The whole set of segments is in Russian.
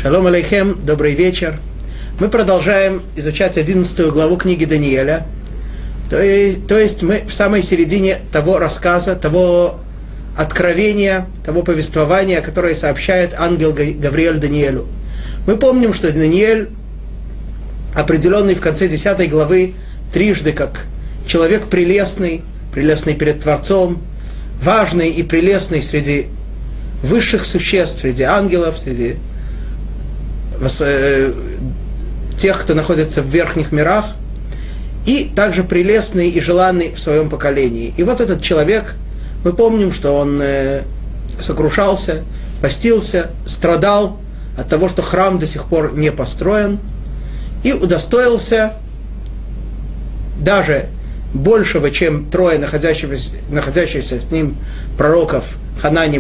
Шалом алейхем, добрый вечер. Мы продолжаем изучать 11 главу книги Даниэля. То есть мы в самой середине того рассказа, того откровения, того повествования, которое сообщает ангел Гавриэль Даниэлю. Мы помним, что Даниэль, определенный в конце 10 главы трижды как человек прелестный, прелестный перед Творцом, важный и прелестный среди высших существ, среди ангелов, среди тех, кто находится в верхних мирах, и также прелестный и желанный в своем поколении. И вот этот человек, мы помним, что он сокрушался, постился, страдал от того, что храм до сих пор не построен, и удостоился даже большего, чем трое находящихся с ним пророков Ханани,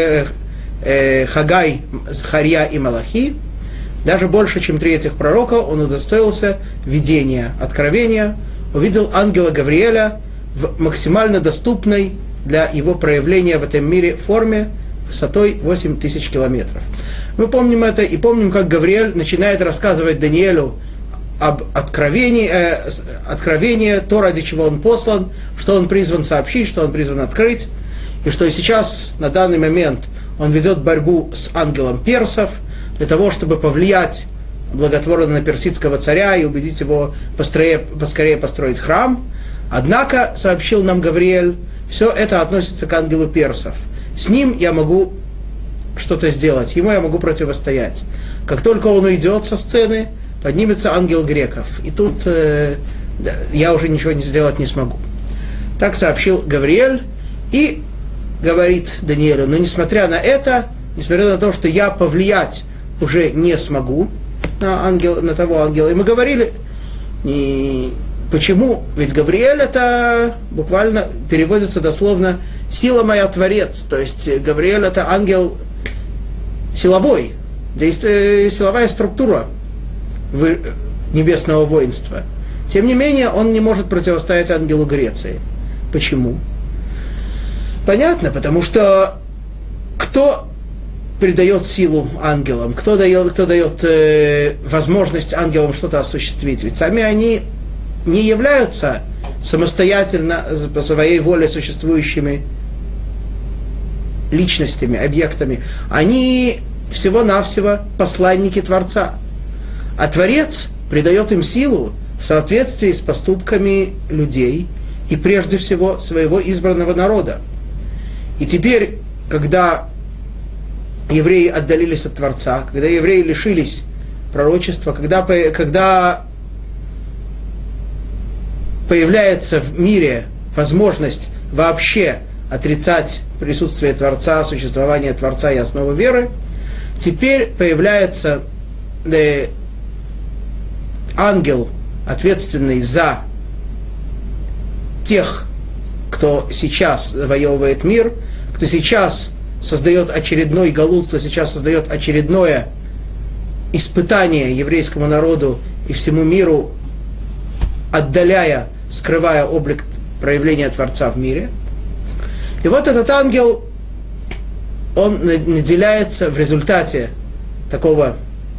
Хагай, Захарья и Малахи. Даже больше, чем 3 этих пророка, он удостоился видения, откровения, увидел ангела Гавриэля в максимально доступной для его проявления в этом мире форме высотой 8000 километров. Мы помним это и помним, как Гавриэль начинает рассказывать Даниэлю об откровении, то, ради чего он послан, что он призван сообщить, что он призван открыть, и что сейчас, на данный момент, он ведет борьбу с ангелом персов, для того, чтобы повлиять благотворно на персидского царя и убедить его поскорее построить храм. Однако, сообщил нам Гавриэль, все это относится к ангелу персов. С ним я могу что-то сделать, ему я могу противостоять. Как только он уйдет со сцены, поднимется ангел греков. И тут я уже ничего сделать не смогу. Так сообщил Гавриэль и говорит Даниэлю, но несмотря на это, несмотря на то, что я повлиять уже не смогу на того ангела. И мы говорили, почему? Ведь Гавриэль это буквально переводится дословно «сила моя Творец». То есть Гавриэль это ангел силовой, силовая структура небесного воинства. Тем не менее, он не может противостоять ангелу Греции. Почему? Понятно, потому что кто придает силу ангелам, кто дает возможность ангелам что-то осуществить. Ведь сами они не являются самостоятельно, по своей воле существующими личностями, объектами. Они всего-навсего посланники Творца. А Творец придает им силу в соответствии с поступками людей и прежде всего своего избранного народа. И теперь, когда евреи отдалились от Творца, когда евреи лишились пророчества, когда появляется в мире возможность вообще отрицать присутствие Творца, существование Творца и основу веры, теперь появляется ангел, ответственный за тех, кто сейчас завоевывает мир, кто сейчас создает очередной галут, кто сейчас создает очередное испытание еврейскому народу и всему миру, отдаляя, скрывая облик проявления Творца в мире. И вот этот ангел, он наделяется в результате такого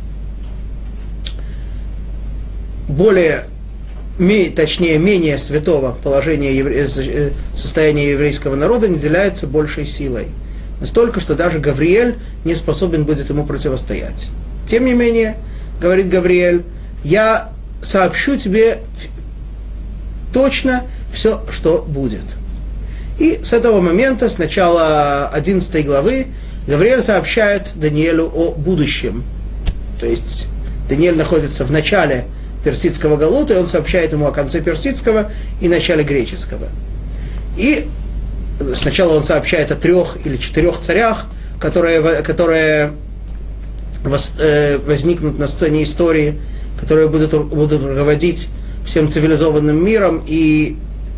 менее святого положения состояния еврейского народа, наделяется большей силой. Настолько, что даже Гавриэль не способен будет ему противостоять. Тем не менее, говорит Гавриэль, я сообщу тебе точно все, что будет. И с этого момента, с начала 11 главы, Гавриэль сообщает Даниэлю о будущем. То есть Даниэль находится в начале персидского галута, и он сообщает ему о конце персидского и начале греческого. И сначала он сообщает о 3 или 4 царях, которые возникнут на сцене истории, которые будут руководить всем цивилизованным миром, и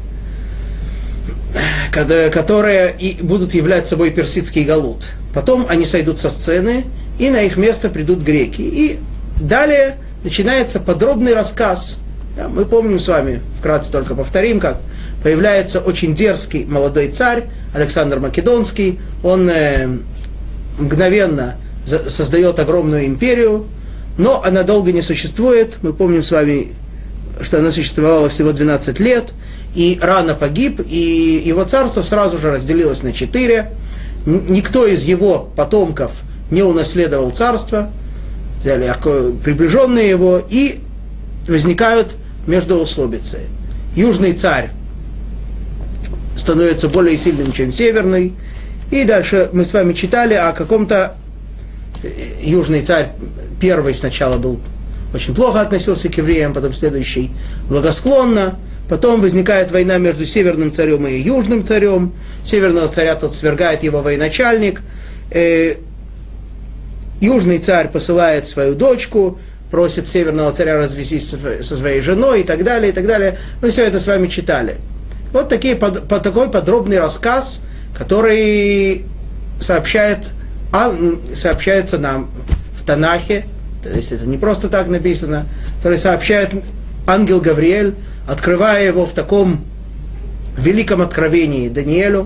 которые и будут являть собой персидский галут. Потом они сойдут со сцены, и на их место придут греки. И далее начинается подробный рассказ. Мы помним с вами, вкратце только повторим, как появляется очень дерзкий молодой царь Александр Македонский. Он мгновенно создает огромную империю, но она долго не существует. Мы помним с вами, что она существовала всего 12 лет, и рано погиб, и его царство сразу же разделилось на 4. Никто из его потомков не унаследовал царство, взяли приближенные его, и возникают междоусобицы. Южный царь становится более сильным, чем северный. И дальше мы с вами читали о каком-то... Южный царь первый сначала был очень плохо относился к евреям, потом следующий благосклонно. Потом возникает война между северным царем и южным царем. Северного царя тот свергает его военачальник. Южный царь посылает свою дочку, просит северного царя развестись со своей женой и так далее, и так далее. Мы все это с вами читали. Вот такой подробный рассказ, который сообщается нам в Танахе, то есть это не просто так написано, который сообщает ангел Гавриэль, открывая его в таком великом откровении Даниэлю.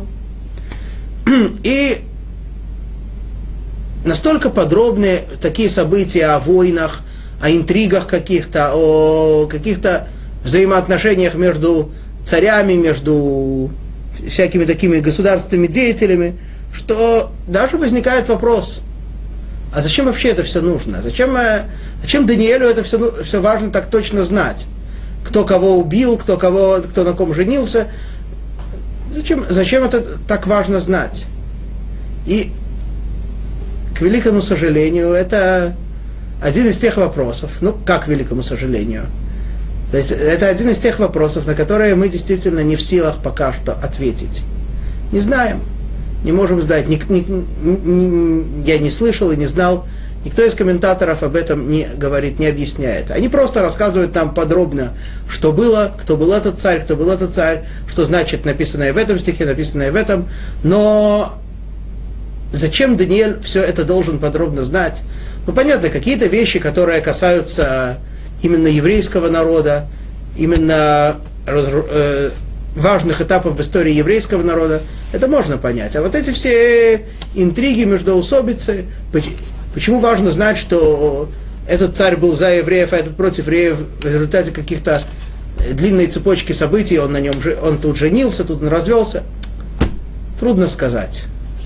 И настолько подробные такие события о войнах, о интригах каких-то, о каких-то взаимоотношениях между царями, между всякими такими государственными деятелями, что даже возникает вопрос, а зачем вообще это все нужно? Зачем Даниэлю это все важно так точно знать? Кто кого убил, кто на ком женился? Зачем это так важно знать? И, к великому сожалению, это один из тех вопросов, как к великому сожалению, то есть это один из тех вопросов, на которые мы действительно не в силах пока что ответить. Не знаем, не можем знать, я не слышал и не знал, никто из комментаторов об этом не говорит, не объясняет. Они просто рассказывают нам подробно, что было, кто был этот царь, что значит написанное в этом стихе, написанное в этом, но зачем Даниэль все это должен подробно знать? Понятно, какие-то вещи, которые касаются именно еврейского народа, именно важных этапов в истории еврейского народа, это можно понять. А вот эти все интриги, междоусобицы, почему важно знать, что этот царь был за евреев, а этот против евреев в результате каких-то длинной цепочки событий, он тут женился, тут он развелся, трудно сказать.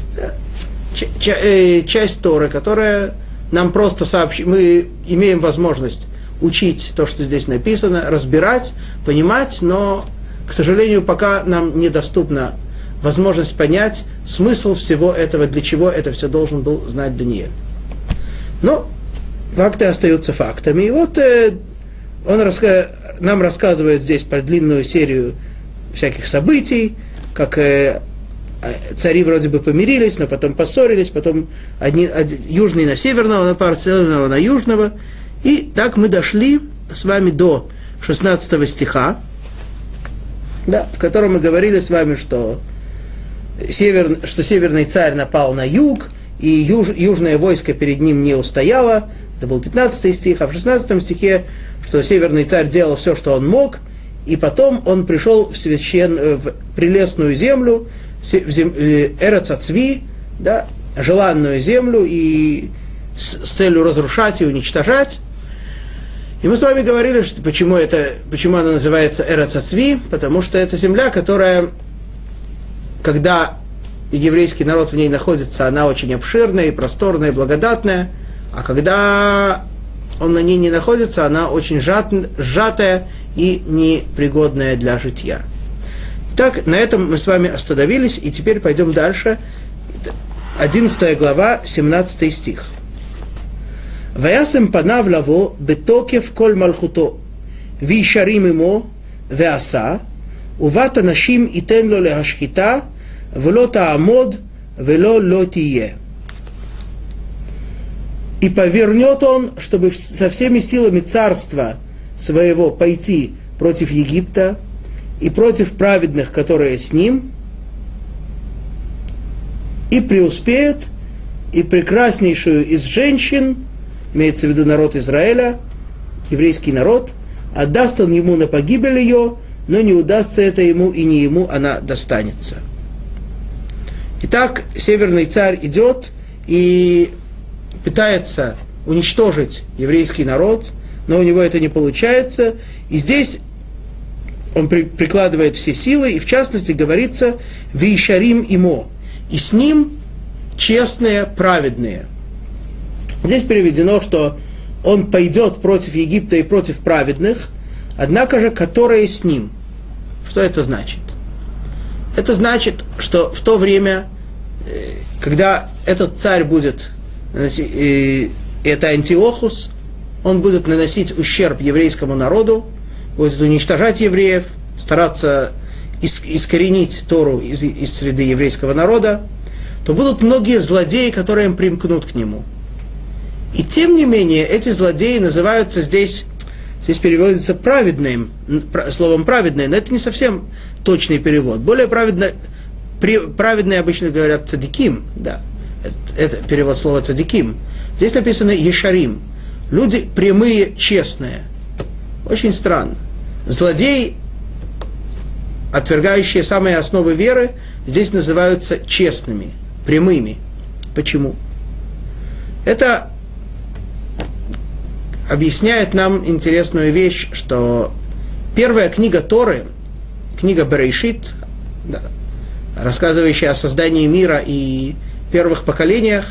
Часть Торы, которая нам просто сообщит, мы имеем возможность учить то, что здесь написано, разбирать, понимать, но, к сожалению, пока нам недоступна возможность понять смысл всего этого, для чего это все должен был знать Даниэль. Но факты остаются фактами. И вот он нам рассказывает здесь про длинную серию всяких событий, как цари вроде бы помирились, но потом поссорились, потом южный на северного напал, северного на южного. И так мы дошли с вами до 16 стиха, да, в котором мы говорили с вами, что северный царь напал на юг, и южное войско перед ним не устояло. Это был 15 стих, а в 16 стихе, что северный царь делал все, что он мог, и потом он пришел в прелестную землю, Эрец Ацви, да, желанную землю, и с целью разрушать и уничтожать. И мы с вами говорили, что почему она называется Эрец Ацви, потому что это земля, которая, когда еврейский народ в ней находится, она очень обширная, и просторная, и благодатная, а когда он на ней не находится, она очень сжатая и непригодная для житья. Итак, на этом мы с вами остановились, и теперь пойдем дальше. 11 глава, 17 стих. «Ваясем панав лаво бетокев коль малхуто, вишарим имо веаса, уват анашим итен ло лehashchita, вело таамод, вело ло тие». «И повернет он, чтобы со всеми силами царства своего пойти против Египта и против праведных, которые с ним, и преуспеет, и прекраснейшую из женщин, имеется в виду народ Израиля, еврейский народ, отдаст он ему на погибель ее, но не удастся это ему, и не ему она достанется». Итак, северный царь идет, и пытается уничтожить еврейский народ, но у него это не получается. И здесь он прикладывает все силы, и в частности говорится «Вишарим имо», и с ним честные, праведные. Здесь переведено, что он пойдет против Египта и против праведных, однако же, которые с ним. Что это значит? Это значит, что в то время, когда этот царь будет, это Антиохус, он будет наносить ущерб еврейскому народу, будет уничтожать евреев, стараться искоренить Тору из среды еврейского народа, то будут многие злодеи, которые им примкнут к нему. И тем не менее, эти злодеи называются здесь переводится праведным, словом праведные, но это не совсем точный перевод. Более праведные обычно говорят цадиким, да, это перевод слова цадиким. Здесь написано ешарим, люди прямые, честные. Очень странно. Злодеи, отвергающие самые основы веры, здесь называются честными, прямыми. Почему? Это объясняет нам интересную вещь, что первая книга Торы, книга Берешит, да, рассказывающая о создании мира и первых поколениях,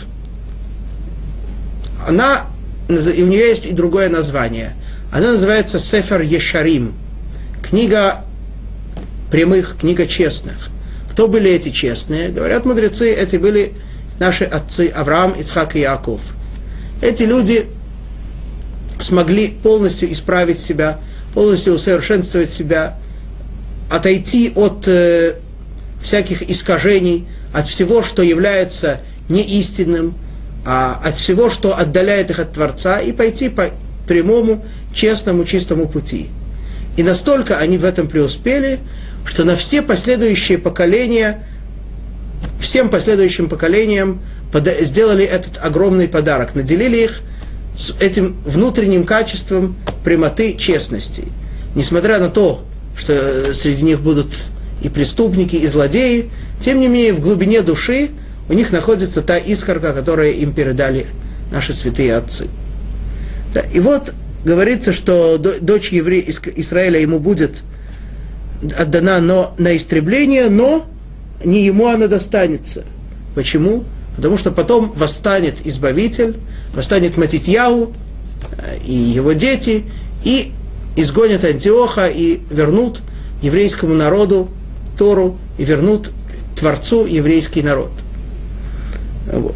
и у нее есть и другое название. Она называется Сефер Ешарим, книга прямых, книга честных. Кто были эти честные? Говорят мудрецы, это были наши отцы Авраам, Ицхак и Иаков. Эти люди смогли полностью исправить себя, полностью усовершенствовать себя, отойти от всяких искажений, от всего, что является неистинным, от всего, что отдаляет их от Творца, и пойти по прямому, честному, чистому пути. И настолько они в этом преуспели, что на все последующие поколения, всем последующим поколениям сделали этот огромный подарок, наделили их с этим внутренним качеством прямоты, честности. Несмотря на то, что среди них будут и преступники, и злодеи, тем не менее в глубине души у них находится та искорка, которую им передали наши святые отцы. Да, и вот говорится, что дочь Израиля ему будет отдана на истребление, но не ему она достанется. Почему? Потому что потом восстанет Избавитель, восстанет Матитьяу и его дети, и изгонят Антиоха, и вернут еврейскому народу Тору, и вернут Творцу еврейский народ. Вот.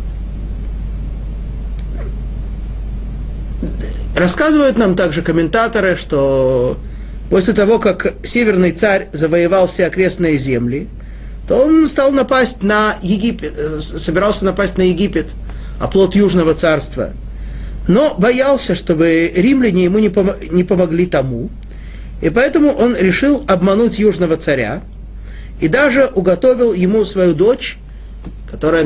Рассказывают нам также комментаторы, что после того, как северный царь завоевал все окрестные земли, то он стал напасть на Египет, собирался напасть на Египет, оплот Южного царства. Но боялся, чтобы римляне ему не помогли тому, и поэтому он решил обмануть Южного царя, и даже уготовил ему свою дочь, которую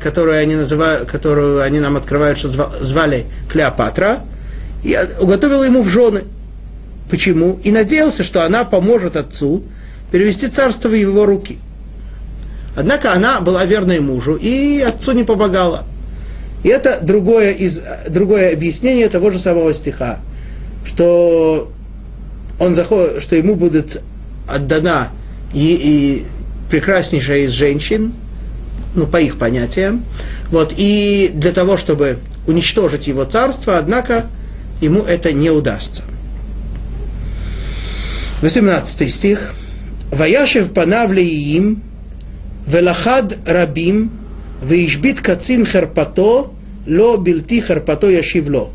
они нам открывают, что звали Клеопатра, и уготовил ему в жены. Почему? И надеялся, что она поможет отцу перевести царство в его руки. Однако она была верной мужу и отцу не помогала. И это другое объяснение того же самого стиха, что ему будет отдана и прекраснейшая из женщин, по их понятиям, и для того, чтобы уничтожить его царство, однако ему это не удастся. 18 стих. «Ваяшев панав леиим, велахад рабим, веишбит кацин херпато, ло бильти херпато яшивло».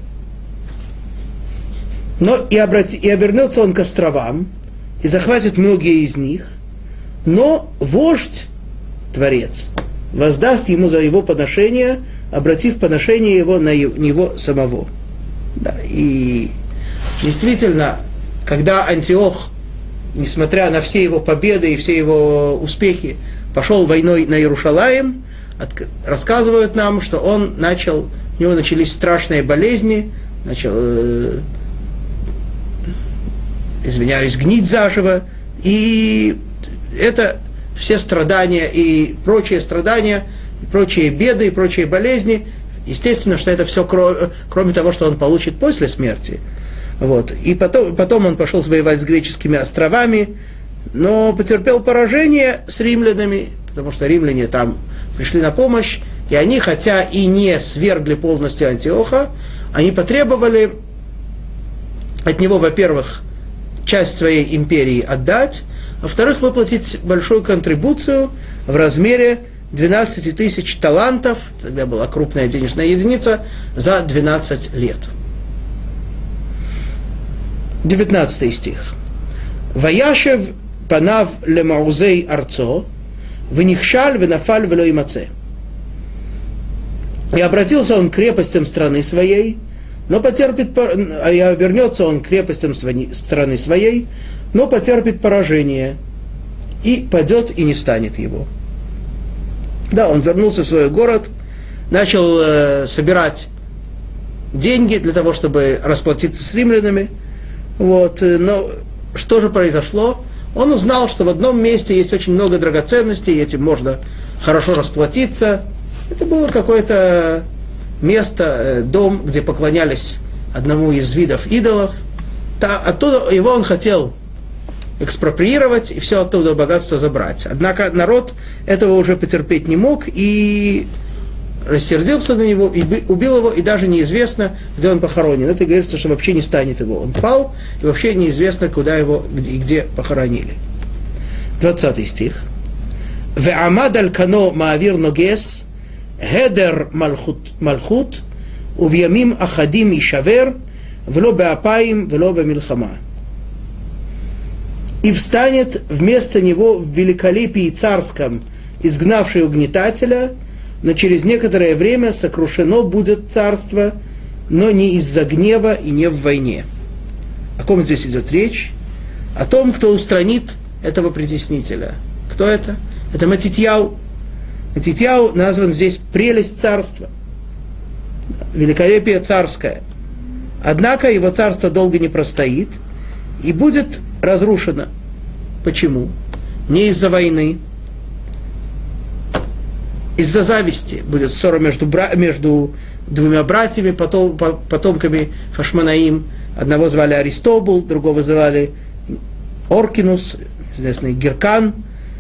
Но и обернется он к островам, и захватит многие из них, но вождь, Творец, воздаст ему за его поношение, обратив поношение его на него самого. Да, и действительно, когда Антиох, несмотря на все его победы и все его успехи, пошел войной на Иерушалаим, рассказывают нам, что у него начались страшные болезни, гнить заживо, и это все страдания и прочие беды, и прочие болезни Естественно, что это все, кроме того, что он получит после смерти. Вот. И потом он пошел воевать с греческими островами, но потерпел поражение с римлянами, потому что римляне там пришли на помощь, и они, хотя и не свергли полностью Антиоха, они потребовали от него, во-первых, часть своей империи отдать, во-вторых, выплатить большую контрибуцию в размере 12 тысяч талантов, тогда была крупная денежная единица, за 12 лет. 19 стих. «Ваяшев панав лемаузей арцо, венихшаль венафаль вело имаце». И обратился он к крепостям страны своей, но вернется он к крепостям страны своей, но потерпит поражение, и падет, и не станет его. Да, он вернулся в свой город, начал собирать деньги для того, чтобы расплатиться с римлянами. Вот. Но что же произошло? Он узнал, что в одном месте есть очень много драгоценностей, и этим можно хорошо расплатиться. Это было какое-то место, дом, где поклонялись одному из видов идолов. Оттуда его он хотел экспроприировать и все оттуда богатство забрать. Однако народ этого уже потерпеть не мог и рассердился на него, и убил его, и даже неизвестно, где он похоронен. Это говорится, что вообще не станет его. Он пал, и вообще неизвестно, куда его и где похоронили. 20 стих. «Ве'амад аль-кано маавир ногес, хедер малхут, увьямим ахадим ишавер, вло беапаим, вло бемилхама». И встанет вместо него в великолепии царском, изгнавший угнетателя, но через некоторое время сокрушено будет царство, но не из-за гнева и не в войне. О ком здесь идет речь? О том, кто устранит этого притеснителя. Кто это? Это Матитьяу. Матитьяу назван здесь прелесть царства, великолепие царское. Однако его царство долго не простоит и будет разрушено. Почему? Не из-за войны. Из-за зависти будет ссора между двумя братьями, потомками Хашмонаим. Одного звали Аристобул, другого звали Оркинус, известный Геркан.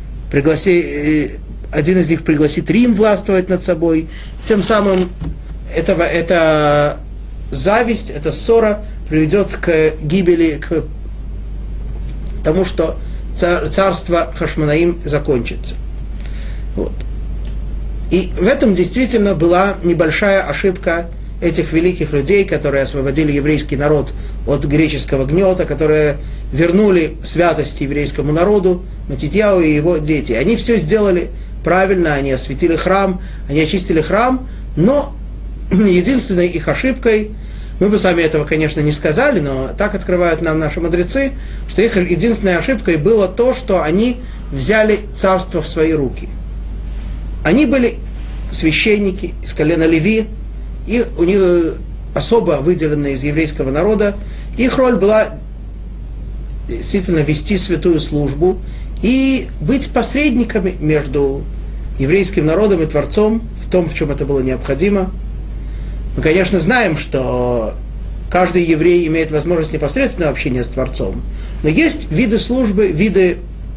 Один из них пригласит Рим властвовать над собой. Тем самым эта зависть, эта ссора приведет к гибели, к тому, что царство Хашмонаим закончится. Вот. И в этом действительно была небольшая ошибка этих великих людей, которые освободили еврейский народ от греческого гнета, которые вернули святость еврейскому народу, Матитьяу и его дети. Они все сделали правильно, они осветили храм, они очистили храм, но единственной их ошибкой, мы бы сами этого, конечно, не сказали, но так открывают нам наши мудрецы, что их единственной ошибкой было то, что они взяли царство в свои руки. Они были священники из колена Леви, и у них особо выделенные из еврейского народа, их роль была действительно вести святую службу и быть посредниками между еврейским народом и Творцом в том, в чем это было необходимо. Мы, конечно, знаем, что каждый еврей имеет возможность непосредственного общения с Творцом, но есть виды службы, виды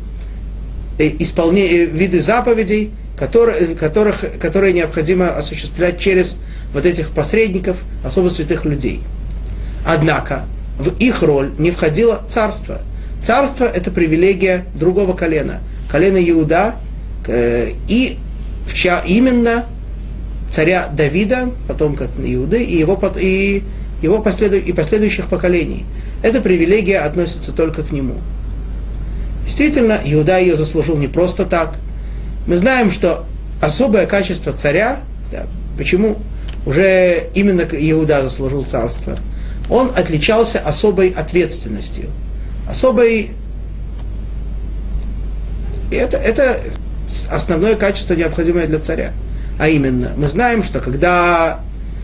заповедей, которые необходимо осуществлять через вот этих посредников, особо святых людей. Однако в их роль не входило царство. Царство – это привилегия другого колена, колена Иуда, и именно царя Давида, потомка Иуды, и последующих поколений. Эта привилегия относится только к нему. Действительно, Иуда ее заслужил не просто так. Мы знаем, что особое качество царя, почему уже именно Иуда заслужил царство, он отличался особой ответственностью. Это основное качество, необходимое для царя. А именно, мы знаем, что когда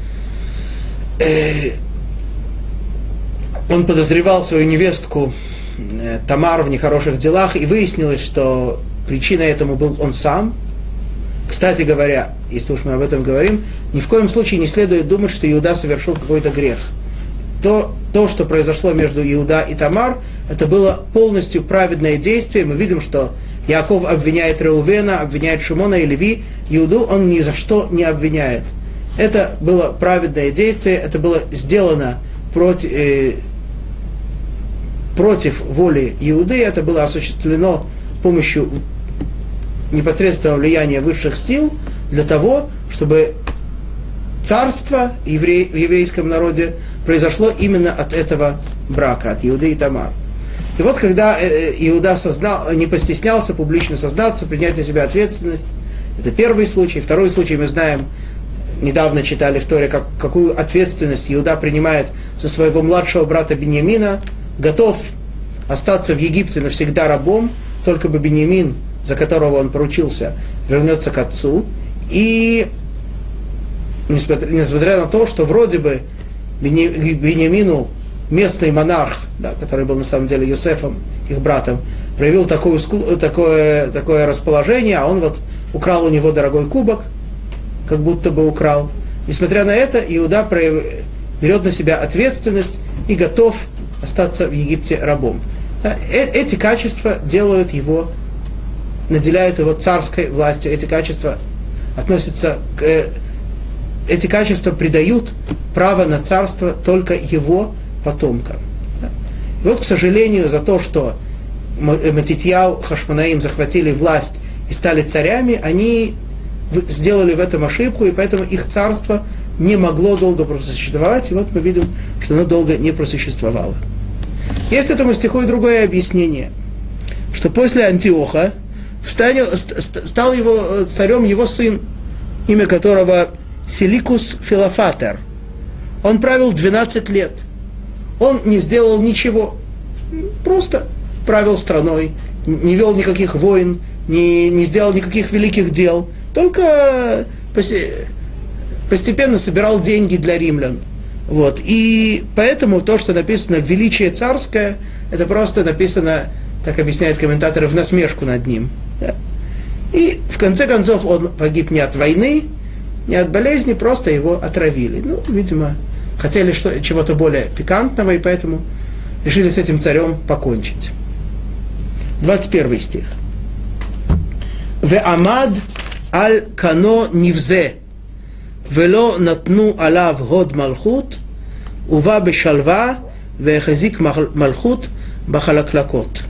он подозревал свою невестку Тамар в нехороших делах, и выяснилось, что причиной этому был он сам, Кстати говоря, если уж мы об этом говорим, ни в коем случае не следует думать, что Иуда совершил какой-то грех. То, что произошло между Иуда и Тамар, это было полностью праведное действие. Мы видим, что Яаков обвиняет Реувена, обвиняет Шимона и Леви. Иуду он ни за что не обвиняет. Это было праведное действие, это было сделано против воли Иуды, это было осуществлено с помощью непосредственного влияния высших сил для того, чтобы царство в еврейском народе произошло именно от этого брака, от Иуды и Тамар. И вот когда Иуда не постеснялся публично сознаться, принять на себя ответственность, это первый случай. Второй случай мы знаем, недавно читали в Торе, какую ответственность Иуда принимает за своего младшего брата Биньямина, готов остаться в Египте навсегда рабом, только бы Биньямин, за которого он поручился, вернется к отцу. И несмотря на то, что вроде бы Биньямину местный монарх, да, который был на самом деле Йосефом, их братом, проявил такое расположение, а он вот украл у него дорогой кубок, как будто бы украл. Несмотря на это, Иуда берет на себя ответственность и готов остаться в Египте рабом. Да, эти качества наделяют его царской властью, эти качества придают право на царство только его потомкам. Да. И вот, к сожалению, за то, что Матитьяу, Хашмонаим захватили власть и стали царями, они сделали в этом ошибку, и поэтому их царство не могло долго просуществовать, и вот мы видим, что оно долго не просуществовало. Есть этому стиху и другое объяснение, что после Антиоха стал его царем его сын, имя которого Селикус Филофатер. Он правил 12 лет. Он не сделал ничего, просто правил страной, не вел никаких войн, не сделал никаких великих дел, только постепенно собирал деньги для римлян. Вот. И поэтому то, что написано «величие царское», это просто написано, так объясняют комментаторы, в насмешку над ним. Да? И в конце концов он погиб не от войны, не от болезни, просто его отравили. Ну, видимо, хотели чего-то более пикантного, и поэтому решили с этим царем покончить. 21 стих. «Ве'амад аль кано нивзе, вело натну алав год малхут, ува бешалва, вехазик малхут бахалаклакот».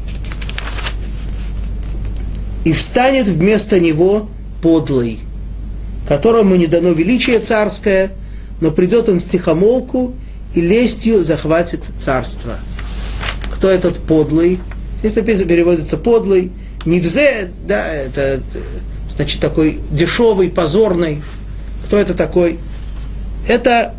«И встанет вместо него подлый, которому не дано величие царское, но придет он в тихомолку и лестью захватит царство». Кто этот подлый? Здесь написано, переводится подлый. Невзе, да, это значит такой дешевый, позорный. Кто это такой? Это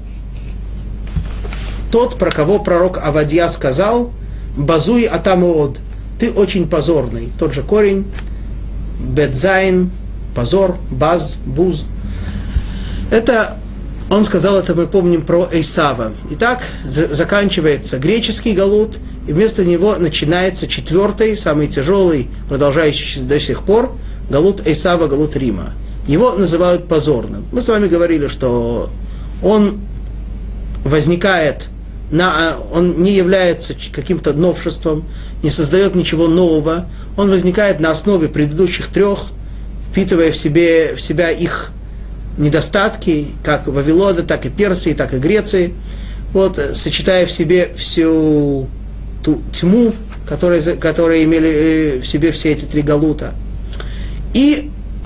тот, про кого пророк Авадья сказал: «Базуй атамуод», ты очень позорный. Тот же корень, бетзайн, позор, баз, буз. Это, он сказал, это мы помним про Эйсава. Итак, заканчивается греческий галут, и вместо него начинается 4-й, самый тяжелый, продолжающийся до сих пор, галут Эйсава, галут Рима. Его называют позорным. Мы с вами говорили, что он возникает, он не является каким-то новшеством, не создает ничего нового, он возникает на основе предыдущих 3, впитывая в себя их недостатки, как Вавилона, так и Персии, так и Греции, вот, сочетая в себе всю ту тьму, которые имели в себе все эти 3 галута. И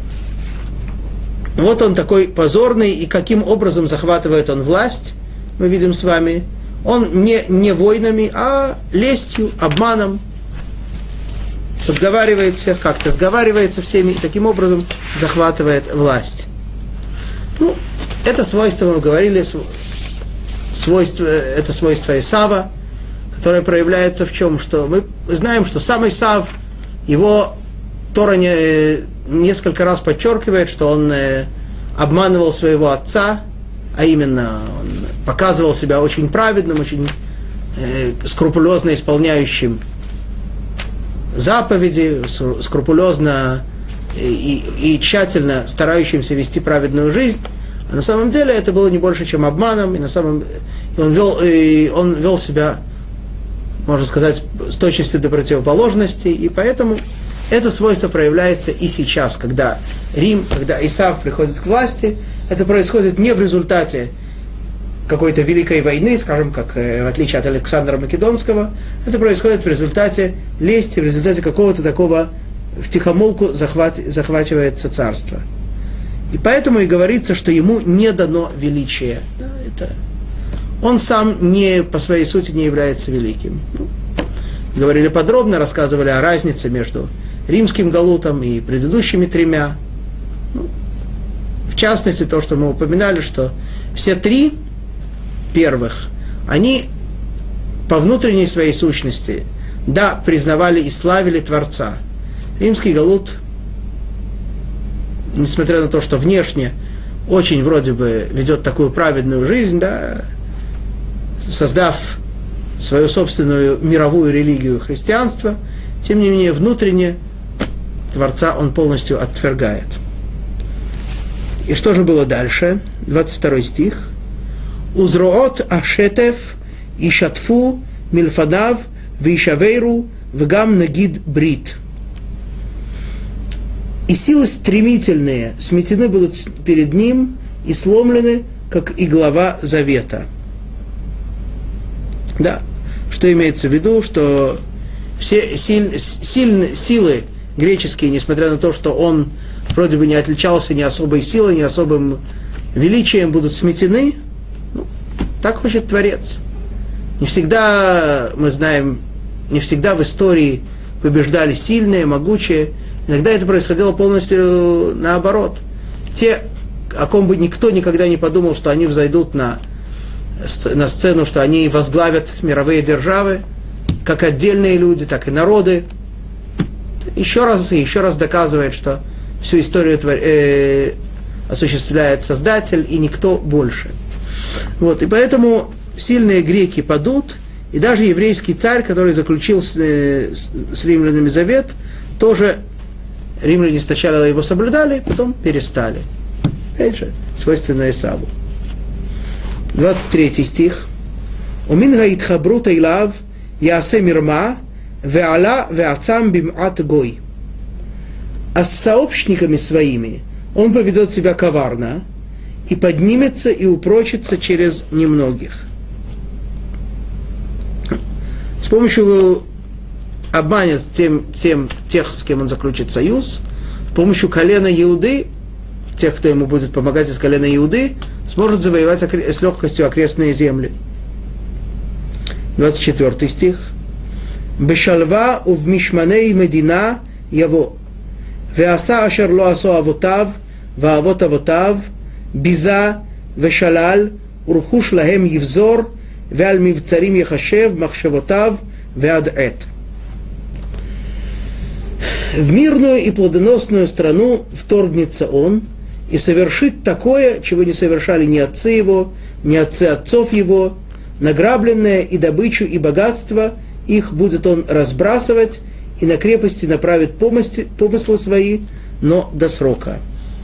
вот он такой позорный, и каким образом захватывает он власть, мы видим с вами. Он не войнами, а лестью, обманом подговаривается, как-то сговаривается всеми, и таким образом захватывает власть. Ну, это свойство, мы говорили, это свойство Исава, которое проявляется в чем? Что мы знаем, что сам Исав, его Тора несколько раз подчеркивает, что он обманывал своего отца, а именно он показывал себя очень праведным, очень скрупулезно исполняющим заповеди, скрупулезно и тщательно старающимся вести праведную жизнь, а на самом деле это было не больше, чем обманом, и он вел себя, можно сказать, с точностью до противоположности, и поэтому это свойство проявляется и сейчас, когда когда Исав приходит к власти, это происходит не в результате какой-то великой войны, скажем, как в отличие от Александра Македонского, это происходит в результате лести, в результате какого-то такого втихомолку захвачивается царство. И поэтому и говорится, что ему не дано величие. Да, он сам по своей сути не является великим. Говорили подробно, рассказывали о разнице между римским галутом и предыдущими тремя. В частности, то, что мы упоминали, что все три первых, они по внутренней своей сущности, да, признавали и славили Творца. Римский галут, несмотря на то, что внешне очень вроде бы ведет такую праведную жизнь, да, создав свою собственную мировую религию христианства, тем не менее внутренне Творца он полностью отвергает. И что же было дальше? 22 стих. «Узроот ашетев ишатфу мильфадав вишавейру вгам нагид брит». «И силы стремительные сметены будут перед ним и сломлены, как и глава завета». Да, что имеется в виду, что все силы греческие, несмотря на то, что он вроде бы не отличался ни особой силой, ни особым величием, будут сметены. Так хочет Творец. Не всегда, мы знаем, не всегда в истории побеждали сильные, могучие. Иногда это происходило полностью наоборот. Те, о ком бы никто никогда не подумал, что они взойдут на сцену, что они возглавят мировые державы, как отдельные люди, так и народы. Еще раз доказывает, что всю историю осуществляет Создатель и никто больше. Вот, и поэтому сильные греки падут, и даже еврейский царь, который заключил с римлянами завет, тоже римляне сначала его соблюдали, потом перестали. Опять же, свойственно Исаву. 23 стих. «Умин гаитхабрута илав яасе мирма ве'ала ве'ацам бим'ат гой». А с сообщниками своими он поведет себя коварно и поднимется и упрочится через немногих. С помощью обманет тех, с кем он заключит союз, с помощью колена Иуды, тех, кто ему будет помогать из колена Иуды, сможет завоевать с легкостью окрестные земли. 24 стих. «Бешалва ув мишманей медина яво, веаса ашер ло асо авотав, ваавот авотав, биза вешалал, урхуш лахем евзор, веаль мивцарим яхашев, махшевотав, веад эт». В мирную и плодоносную страну вторгнется он и совершит такое, чего не совершали ни отцы его, ни отцы отцов его, награбленное и добычу, и богатство их будет он разбрасывать, и на крепости направит помыслы свои, но до срока.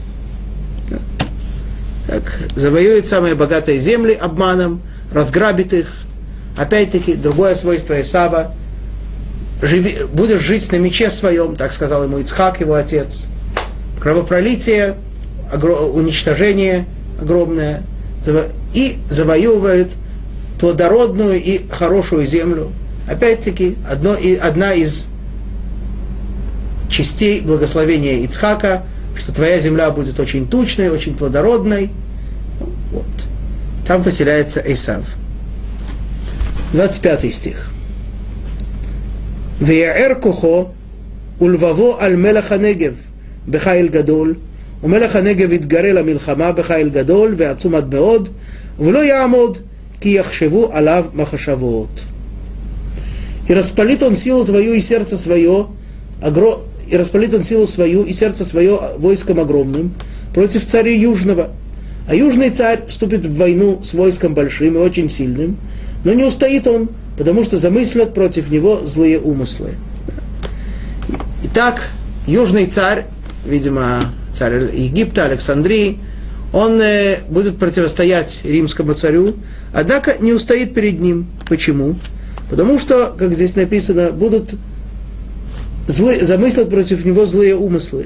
Так, завоюет самые богатые земли обманом, разграбит их. Опять-таки, другое свойство Исава. Будешь жить на мече своем, так сказал ему Ицхак, его отец. Кровопролитие, уничтожение огромное. И завоевывает плодородную и хорошую землю. Опять-таки, одна из частей благословения Ицхака, что твоя земля будет очень тучной, очень плодородной. Вот. Там поселяется Исав. 25 стих. «Веяэр кухо ульваво аль мелах הנגב בחיל גדול, ומלך הנגב יתגרה למלחמה בחיל גדול ועצום עד מאוד, ולא יעמוד, כי יחשבו עליו מחשבות. И распалит он силу твою и сердце свое, и распалит он силу свою и сердце свое войском огромным против царя Южного. А Южный царь вступит в войну с войском большим и очень сильным, но не устоит он, потому что замыслят против него злые умыслы». Итак, Южный царь видимо, царь Египта, Александрии, он будет противостоять римскому царю, однако не устоит перед ним. Почему? Потому что, как здесь написано, будут замыслят против него злые умыслы.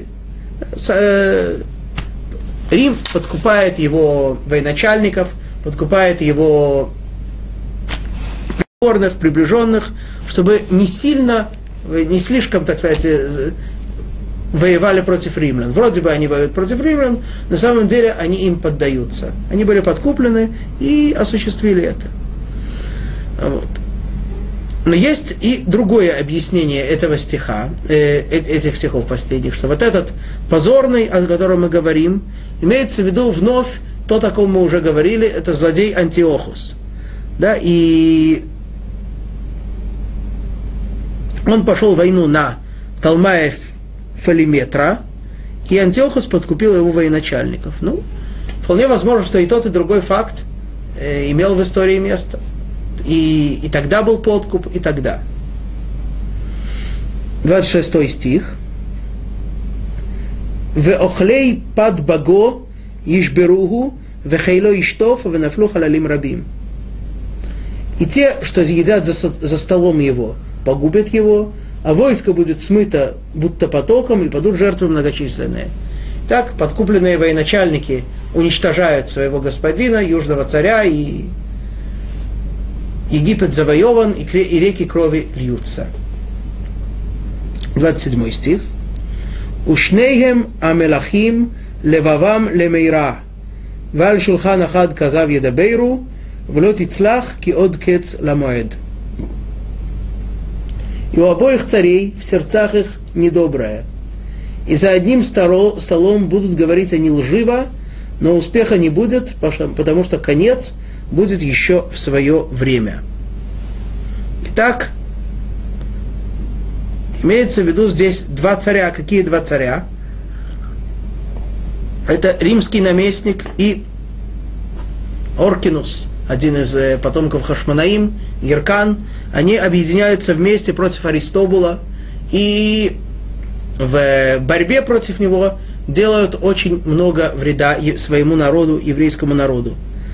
Рим подкупает его военачальников, подкупает его приближенных, чтобы не слишком, так сказать, воевали против римлян. Вроде бы они воюют против римлян, на самом деле они им поддаются. Они были подкуплены и осуществили это. Вот. Но есть и другое объяснение этого стиха, этих стихов последних, что вот этот позорный, о котором мы говорим, имеется в виду вновь то, о ком мы уже говорили, это злодей Антиохус. Да, и он пошел в войну на Талмая Фалиметра, и Антиохус подкупил его военачальников. Ну, вполне возможно, что и тот, и другой факт имел в истории место. И тогда был подкуп, и тогда. 26 стих. «Веохлей пад баго ишберугу, вехейло иштов, венафлу халалим рабим». И те, что едят за столом его, погубят его, а войско будет смыто будто потоком, и падут жертвы многочисленные. Так подкупленные военачальники уничтожают своего господина, южного царя, и Египет завоеван, и реки крови льются. 27 стих. «Ушнейхем амелахим левавам лемейра, валь шулхан ахад казав едабейру, вло тицлах ки од кец ламоэд». И у обоих царей в сердцах их недоброе. И за одним столом будут говорить они лживо, но успеха не будет, потому что конец будет еще в свое время. Итак, имеется в виду здесь два царя. Какие два царя? Это римский наместник и Оркинус, один из потомков Хашмонаим, Геркан. Они объединяются вместе против Аристобула и в борьбе против него делают очень много вреда своему народу, еврейскому народу.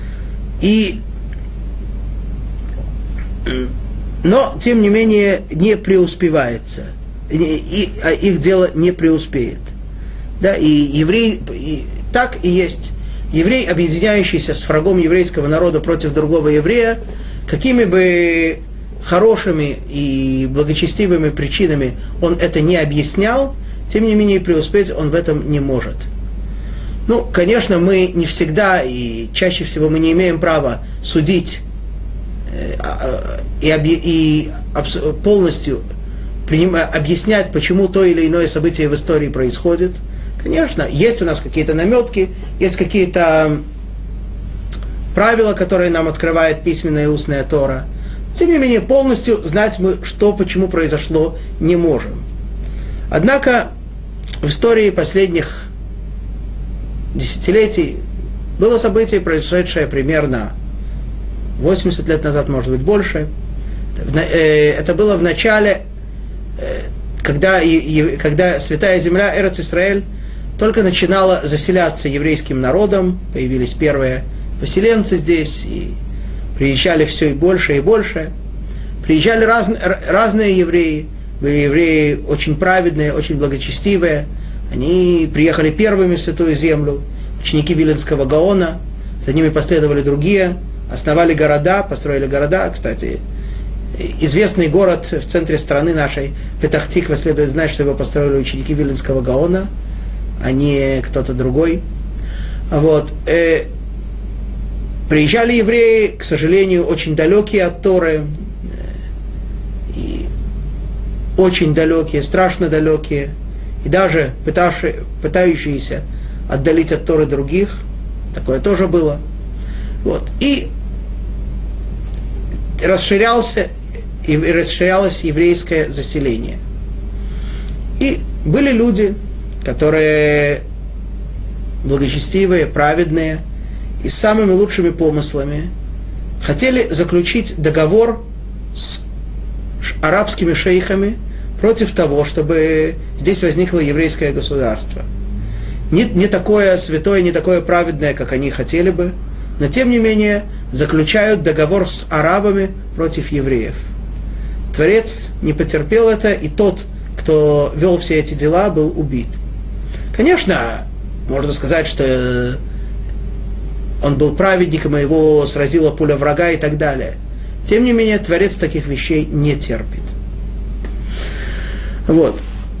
Но, тем не менее, не преуспевается. Их дело не преуспеет. Да, так и есть. Еврей, объединяющийся с врагом еврейского народа против другого еврея, какими бы хорошими и благочестивыми причинами он это не объяснял, тем не менее преуспеть он в этом не может. Ну, конечно, мы не всегда и чаще всего мы не имеем права судить и полностью объяснять, почему то или иное событие в истории происходит. Конечно, есть у нас какие-то наметки, есть какие-то правила, которые нам открывает письменная и устная Тора. Тем не менее, полностью знать мы, что, почему произошло, не можем. Однако в истории последних десятилетий было событие, произошедшее примерно 80 лет назад, может быть, больше. Это было в начале, когда Святая Земля, Эрец Исраэль, только начинала заселяться еврейским народом, появились первые поселенцы здесь, и приезжали все и больше, и больше. Приезжали разные евреи, были евреи очень праведные, очень благочестивые. Они приехали первыми в Святую Землю, ученики Виленского Гаона, за ними последовали другие, основали города, построили города. Кстати, известный город в центре страны нашей, Петах-Тиква, следует знать, что его построили ученики Виленского Гаона, а не кто-то другой. Вот. Приезжали евреи, к сожалению, очень далекие от Торы, и очень далекие, страшно далекие, и даже пытающиеся отдалить от Торы других. Такое тоже было. Вот. И расширялось еврейское заселение. И были люди, которые благочестивые, праведные, и с самыми лучшими помыслами хотели заключить договор с арабскими шейхами против того, чтобы здесь возникло еврейское государство. не такое святое, не такое праведное, как они хотели бы, но тем не менее заключают договор с арабами против евреев. Творец не потерпел это, и тот, кто вел все эти дела, был убит. Конечно, можно сказать, что он был праведником, и его сразила пуля врага и так далее. Тем не менее, Творец таких вещей не терпит. Вот.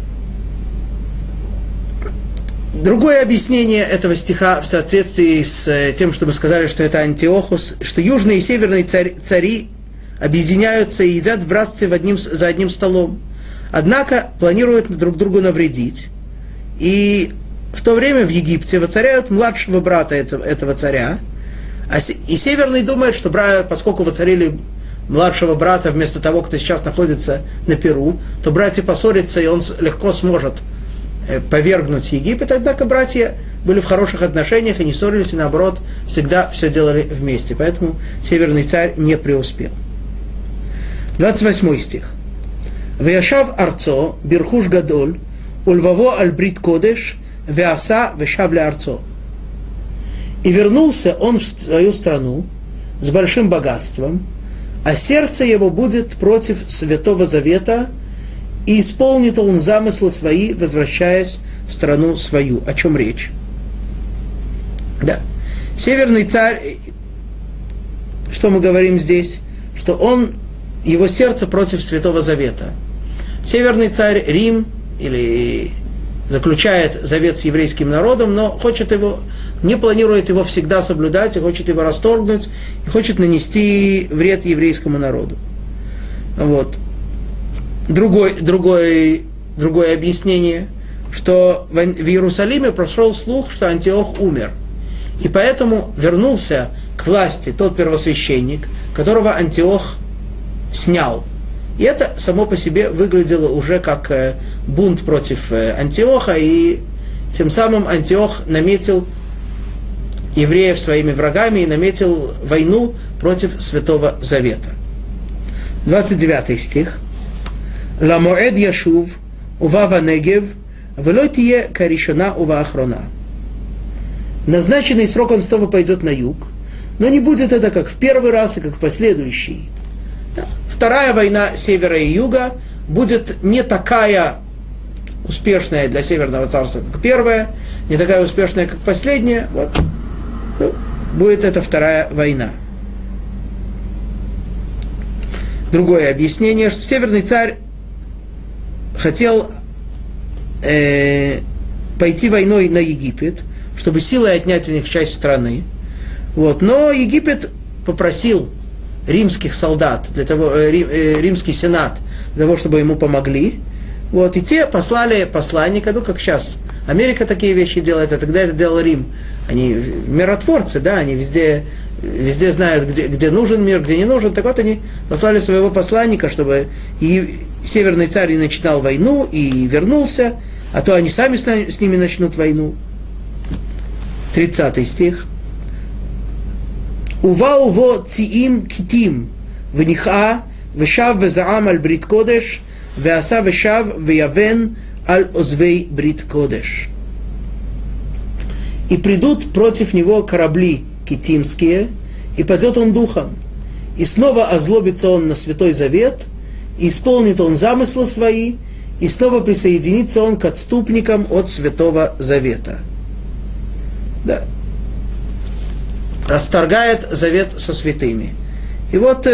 Другое объяснение этого стиха в соответствии с тем, что мы сказали, что это Антиохус, что южные и северные цари объединяются и едят в братстве за одним столом. Однако планируют друг другу навредить. И в то время в Египте воцаряют младшего брата этого царя. И северный думает, что поскольку воцарили младшего брата вместо того, кто сейчас находится на Перу, то братья поссорятся, и он легко сможет повергнуть Египет. Однако братья были в хороших отношениях и не ссорились, и наоборот, всегда все делали вместе. Поэтому северный царь не преуспел. 28 стих. «Ваяшав арцо бирхуш гадоль, ульваво аль брит кодеш, вяаса вешав ле арцо». И вернулся он в свою страну с большим богатством, а сердце его будет против Святого Завета, и исполнит он замыслы свои, возвращаясь в страну свою. О чем речь? Да. Северный царь, что мы говорим здесь? Что его сердце против Святого Завета. Северный царь Рим, или заключает завет с еврейским народом, но хочет его, не планирует его всегда соблюдать, и хочет его расторгнуть, и хочет нанести вред еврейскому народу. Вот. Другое объяснение, что в Иерусалиме прошел слух, что Антиох умер. И поэтому вернулся к власти тот первосвященник, которого Антиох снял. И это само по себе выглядело уже как бунт против Антиоха, и тем самым Антиох наметил евреев своими врагами и наметил войну против Святого Завета. 29 стих. «Ламоэд яшув, ува ванегев, велой тие каришона ува ахрона». Назначенный срок он снова пойдет на юг, но не будет это как в первый раз и как в последующий. Вторая война севера и юга будет не такая успешная для Северного царства, как первая, не такая успешная, как последняя. Вот. Будет это вторая война. Другое объяснение, что северный царь хотел пойти войной на Египет, чтобы силой отнять у них часть страны. Вот. Но Египет попросил римских солдат, римский сенат, для того, чтобы ему помогли. Вот. И те послали посланника, как сейчас Америка такие вещи делает, а тогда это делал Рим. Они миротворцы, да, они везде знают, где нужен мир, где не нужен. Так вот, они послали своего посланника, чтобы и северный царь и начинал войну, и вернулся, а то они сами с ними начнут войну. 30 стих. «Ува уво циим китим, вниха, вешав везаам аль брит кодеш, веаса вешав веявен аль озвей брит кодеш». И придут против него корабли китимские, и падет он духом. И снова озлобится он на Святой Завет, и исполнит он замыслы свои, и снова присоединится он к отступникам от Святого Завета. Да. Расторгает завет со святыми. И вот,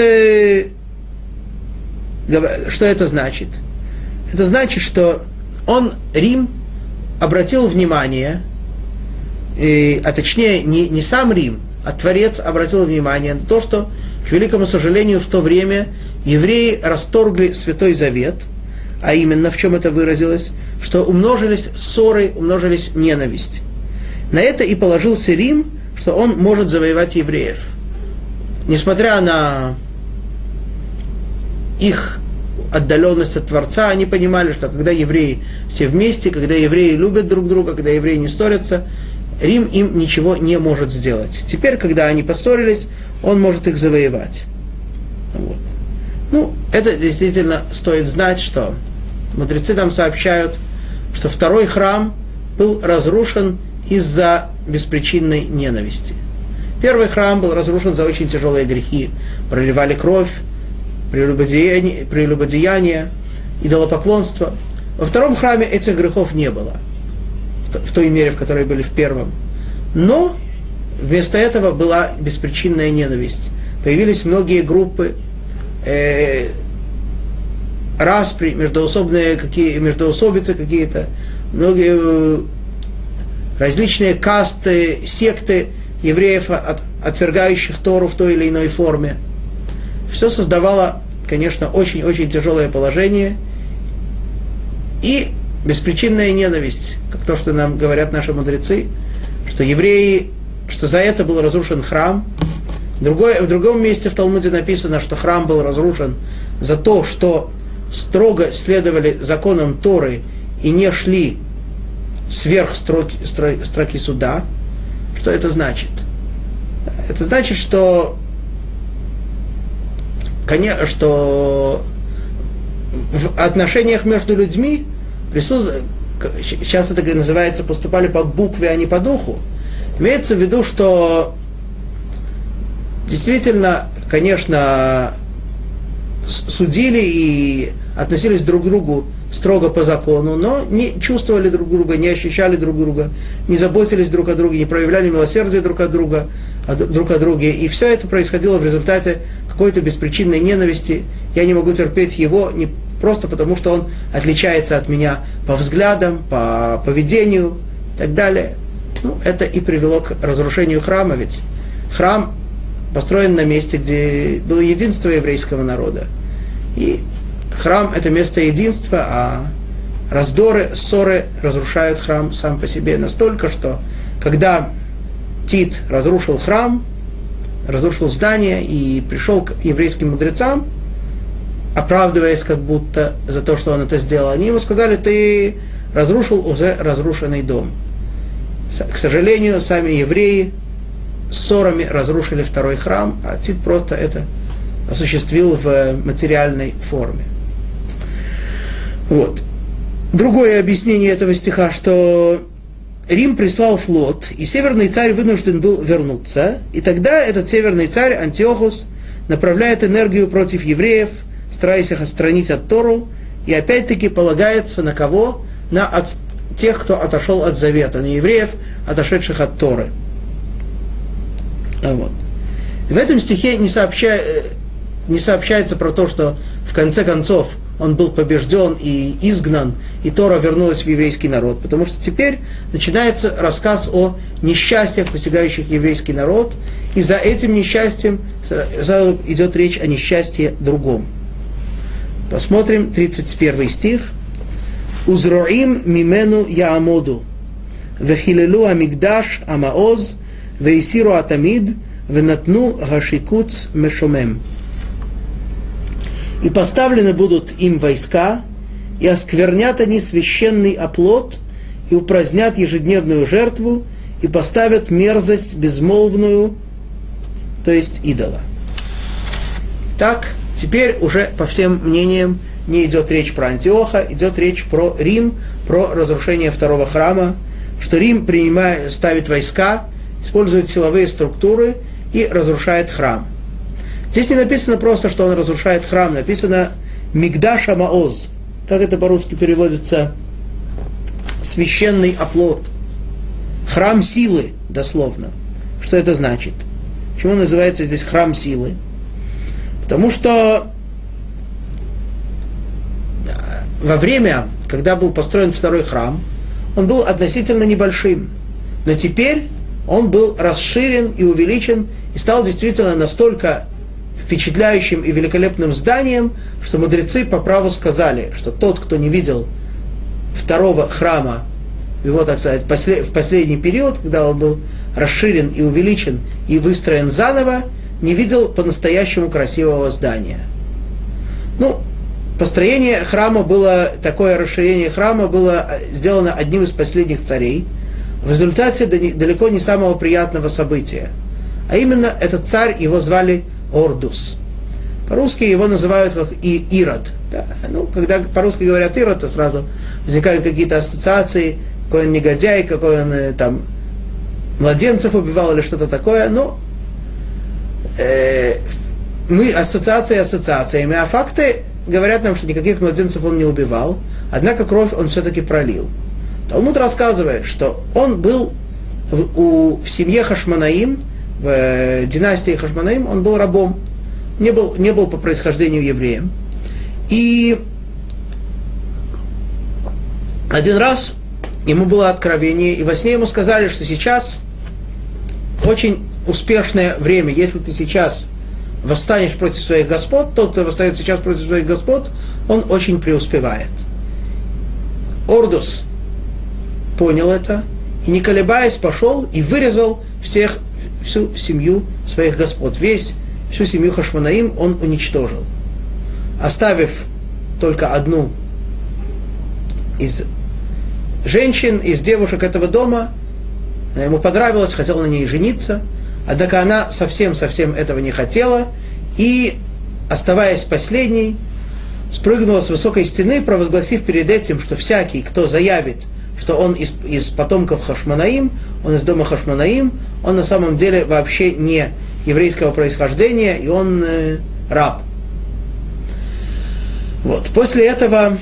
что это значит? Это значит, что Рим, обратил внимание, а точнее не сам Рим, а Творец обратил внимание на то, что, к великому сожалению, в то время евреи расторгли Святой Завет, а именно в чем это выразилось, что умножились ссоры, умножились ненависть. На это и положился Рим, что он может завоевать евреев. Несмотря на их отдаленность от Творца, они понимали, что когда евреи все вместе, когда евреи любят друг друга, когда евреи не ссорятся, Рим им ничего не может сделать. Теперь, когда они поссорились, он может их завоевать. Вот. Это действительно стоит знать, что мудрецы там сообщают, что второй храм был разрушен из-за беспричинной ненависти. Первый храм был разрушен за очень тяжелые грехи. Проливали кровь, прелюбодеяние, идолопоклонство. Во втором храме этих грехов не было, в той мере, в которой были в первом. Но вместо этого была беспричинная ненависть. Появились многие группы, распри, междоусобицы какие-то, многие различные касты, секты евреев, отвергающих Тору в той или иной форме. Все создавало, конечно, очень-очень тяжелое положение и беспричинная ненависть, как то, что нам говорят наши мудрецы, что евреи, что за это был разрушен храм. В другом месте в Талмуде написано, что храм был разрушен за то, что строго следовали законам Торы и не шли сверх строки суда. Что это значит? Это значит, что в отношениях между людьми сейчас это называется, поступали по букве, а не по духу. Имеется в виду, что действительно, конечно, судили и относились друг к другу строго по закону, но не чувствовали друг друга, не ощущали друг друга, не заботились друг о друге, не проявляли милосердия друг о друге. И все это происходило в результате какой-то беспричинной ненависти. Я не могу терпеть его не просто потому, что он отличается от меня по взглядам, по поведению и так далее. Это и привело к разрушению храма, ведь храм построен на месте, где было единство еврейского народа. И храм – это место единства, а раздоры, ссоры разрушают храм сам по себе настолько, что когда Тит разрушил храм, разрушил здание и пришел к еврейским мудрецам, оправдываясь как будто за то, что он это сделал, они ему сказали: ты разрушил уже разрушенный дом. К сожалению, сами евреи ссорами разрушили второй храм, а Тит просто это осуществил в материальной форме. Вот. Другое объяснение этого стиха, что Рим прислал флот, и северный царь вынужден был вернуться, и тогда этот северный царь, Антиохус, направляет энергию против евреев, стараясь их отстранить от Тору, и опять-таки полагается на кого? На тех, кто отошел от завета, на евреев, отошедших от Торы. Вот. В этом стихе не сообщается про то, что в конце концов он был побежден и изгнан, и Тора вернулась в еврейский народ, потому что теперь начинается рассказ о несчастьях, постигающих еврейский народ, и за этим несчастьем сразу идет речь о несчастье другом. Посмотрим 31 стих. «Узроим мимену яамоду, вехилелу амигдаш амаоз, вейсиру атамид, венатну гашикуц мешомем». «И поставлены будут им войска, и осквернят они священный оплот, и упразднят ежедневную жертву, и поставят мерзость безмолвную», то есть идола. Так, теперь уже по всем мнениям не идет речь про Антиоха, идет речь про Рим, про разрушение второго храма, что Рим ставит войска, использует силовые структуры и разрушает храм. Здесь не написано просто, что он разрушает храм, написано «Мигдаш амаоз». Как это по-русски переводится? Священный оплот. Храм силы, дословно. Что это значит? Почему называется здесь храм силы? Потому что во время, когда был построен второй храм, он был относительно небольшим. Но теперь он был расширен и увеличен, и стал действительно настолько впечатляющим и великолепным зданием, что мудрецы по праву сказали, что тот, кто не видел второго храма, его, так сказать, в последний период, когда он был расширен и увеличен и выстроен заново, не видел по-настоящему красивого здания. Построение храма было, такое расширение храма было сделано одним из последних царей, в результате далеко не самого приятного события. А именно, этот царь, его звали Ордус. По-русски его называют как Ирод. Да, когда по-русски говорят Ирод, то сразу возникают какие-то ассоциации какой он негодяй, какой он там младенцев убивал или что-то такое, но мы ассоциации ассоциациями, а факты говорят нам, что никаких младенцев он не убивал, однако кровь он все-таки пролил. Талмуд рассказывает, что он был в семье Хашмонаим, в династии Хашмонаим, он был рабом, не был по происхождению евреем. И один раз ему было откровение, и во сне ему сказали, что сейчас очень успешное время. Если ты сейчас восстанешь против своих господ, тот, кто восстает сейчас против своих господ, он очень преуспевает. Ордус понял это, и не колебаясь пошел и вырезал всю семью своих господ. Всю семью Хашмонаим он уничтожил, оставив только одну из женщин, из девушек этого дома. Она ему понравилась, хотел на ней жениться, однако она совсем этого не хотела, и, оставаясь последней, спрыгнула с высокой стены, провозгласив перед этим, что всякий, кто заявит, что он из потомков Хашмонаим, он из дома Хашмонаим, он на самом деле вообще не еврейского происхождения, и он раб. Вот. После этого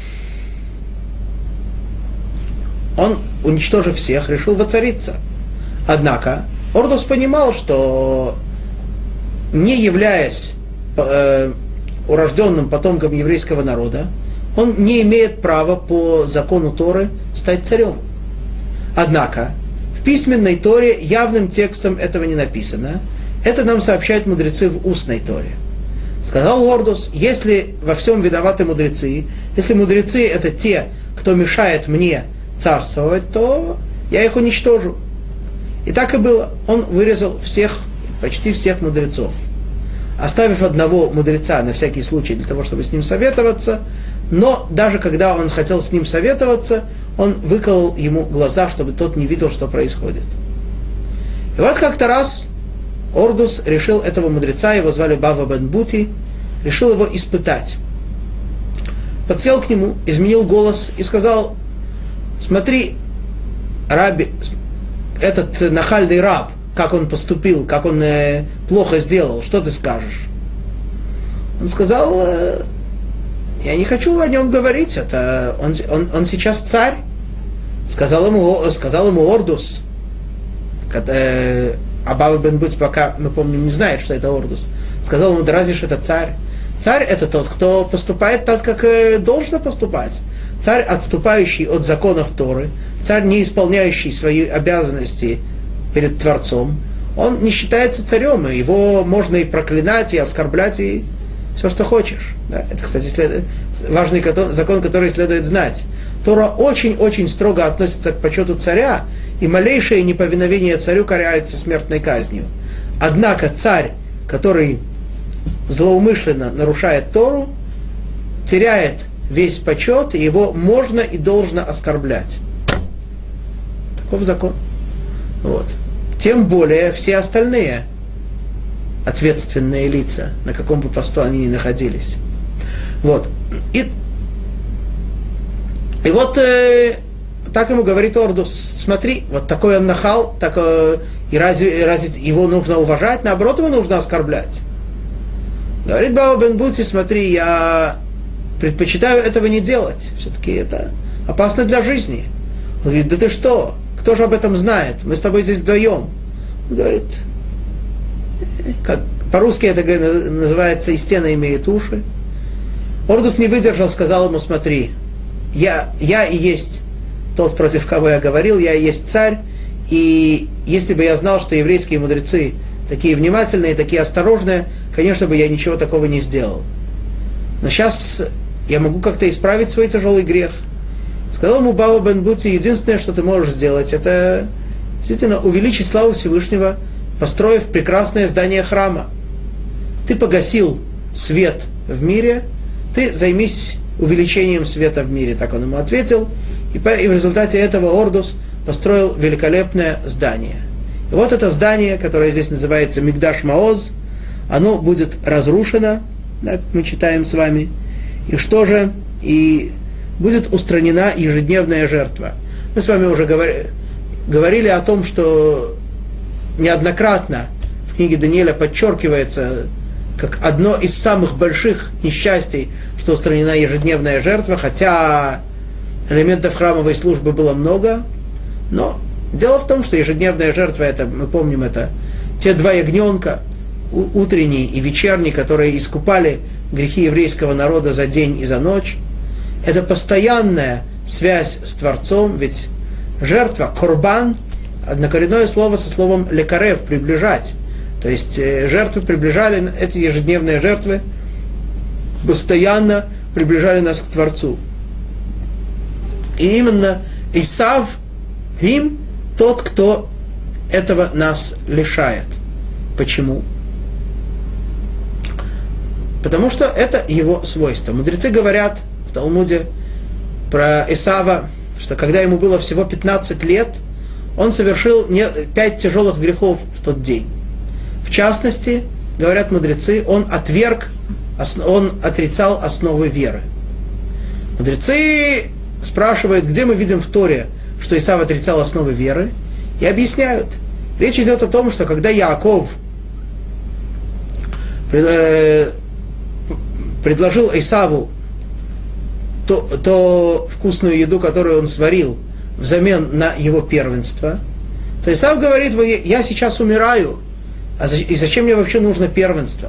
он, уничтожив всех, решил воцариться. Однако Ордус понимал, что, не являясь урожденным потомком еврейского народа, он не имеет права по закону Торы стать царем. Однако в письменной Торе явным текстом этого не написано. Это нам сообщают мудрецы в устной Торе. Сказал Ордус: если во всем виноваты мудрецы, если мудрецы это те, кто мешает мне царствовать, то я их уничтожу. И так и было. Он вырезал почти всех мудрецов, оставив одного мудреца на всякий случай для того, чтобы с ним советоваться. Но даже когда он хотел с ним советоваться, он выколол ему глаза, чтобы тот не видел, что происходит. И вот как-то раз Ордус решил этого мудреца, его звали Бава бен Бути, решил его испытать. Подсел к нему, изменил голос и сказал: смотри, раби, этот нахальный раб, как он поступил, как он плохо сделал, что ты скажешь? Он сказал: я не хочу о нем говорить, это он сейчас царь. Сказал ему Ордус, а Бава бен Бути, пока мы помним, не знает, что это Ордус. Сказал ему: да разве ж это царь? Царь это тот, кто поступает так, как должно поступать. Царь, отступающий от законов Торы, царь, не исполняющий свои обязанности перед Творцом, он не считается царем, и его можно и проклинать, и оскорблять, и все, что хочешь. Да? Это, кстати, важный закон, который следует знать. Тора очень-очень строго относится к почету царя, и малейшее неповиновение царю карается смертной казнью. Однако царь, который злоумышленно нарушает Тору, теряет весь почет, и его можно и должно оскорблять. Таков закон. Вот. Тем более все остальные ответственные лица, на каком бы посту они ни находились. Вот. И вот так ему говорит Ордус: смотри, вот такой он нахал, и разве его нужно уважать? Наоборот, его нужно оскорблять. Говорит Бава бен Бути: смотри, я предпочитаю этого не делать. Все-таки это опасно для жизни. Он говорит: да ты что? Кто же об этом знает? Мы с тобой здесь вдвоем. Он говорит, по-русски это называется «и стены имеют уши». Ордус не выдержал, сказал ему: смотри, я и есть тот, против кого я говорил, я и есть царь, и если бы я знал, что еврейские мудрецы такие внимательные, такие осторожные, конечно бы я ничего такого не сделал. Но сейчас я могу как-то исправить свой тяжелый грех. Сказал ему Бава бен Бути: единственное, что ты можешь сделать, это действительно увеличить славу Всевышнего, построив прекрасное здание храма. Ты погасил свет в мире, ты займись увеличением света в мире. Так он ему ответил. И в результате этого Ордус построил великолепное здание. И вот это здание, которое здесь называется Микдаш Маоз, оно будет разрушено, да, как мы читаем с вами. И что же? И будет устранена ежедневная жертва. Мы с вами уже говорили о том, что неоднократно в книге Даниэля подчеркивается, как одно из самых больших несчастий, что устранена ежедневная жертва, хотя элементов храмовой службы было много, но дело в том, что ежедневная жертва, это, мы помним, это те два ягненка, утренний и вечерний, которые искупали грехи еврейского народа за день и за ночь. Это постоянная связь с Творцом, ведь жертва, корбан, однокоренное слово со словом лекарев, приближать. То есть жертвы приближали, эти ежедневные жертвы постоянно приближали нас к Творцу. И именно Исав, Рим, тот, кто этого нас лишает. Почему? Потому что это его свойство. Мудрецы говорят в Талмуде про Исава, что когда ему было всего 15 лет, он совершил 5 тяжелых грехов в тот день. В частности, говорят мудрецы, он отрицал основы веры. Мудрецы спрашивают, где мы видим в Торе, что Исав отрицал основы веры, и объясняют. Речь идет о том, что когда Яаков предложил Исаву то вкусную еду, которую он сварил, взамен на его первенство, то Исав говорит: я сейчас умираю, и зачем мне вообще нужно первенство?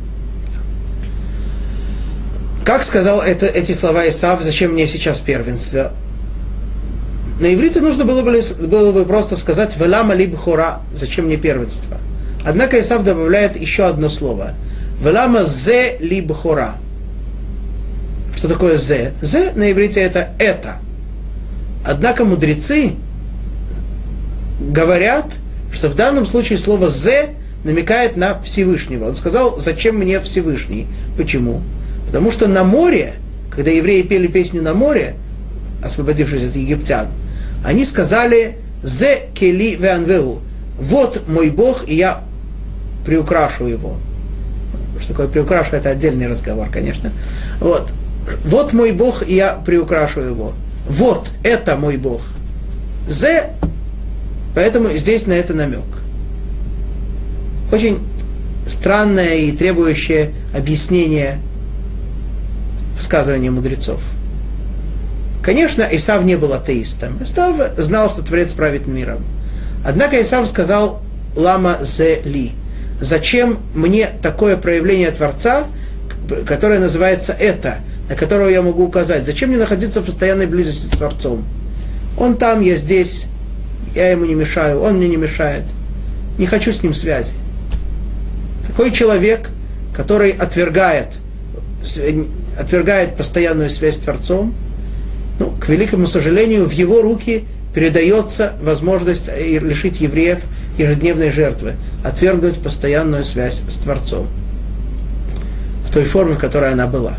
Как сказал эти слова Исав: зачем мне сейчас первенство? На иврите нужно было бы просто сказать «Велама ли бхора», зачем мне первенство? Однако Исав добавляет еще одно слово «Велама зе ли бхора». Что такое «зе»? «Зе» на иврите это. Однако мудрецы говорят, что в данном случае слово «зе» намекает на Всевышнего. Он сказал: зачем мне Всевышний? Почему? Потому что на море, когда евреи пели песню на море, освободившись от египтян, они сказали «Зе кели веанвеу», вот мой Бог, и я приукрашу его. Что такое приукрашу, это отдельный разговор, конечно. Вот мой Бог, и я приукрашу его. Вот, это мой Бог. «Зе», поэтому здесь на это намек. Очень странное и требующее объяснения высказывания мудрецов. Конечно, Исав не был атеистом. Исав знал, что Творец правит миром. Однако Исав сказал «Лама зе ли». Зачем мне такое проявление Творца, которое называется «это», на которого я могу указать? Зачем мне находиться в постоянной близости с Творцом? Он там, я здесь, я ему не мешаю, он мне не мешает. Не хочу с ним связи. Такой человек, который отвергает постоянную связь с Творцом, к великому сожалению, в его руки передается возможность лишить евреев ежедневной жертвы, отвергнуть постоянную связь с Творцом в той форме, в которой она была.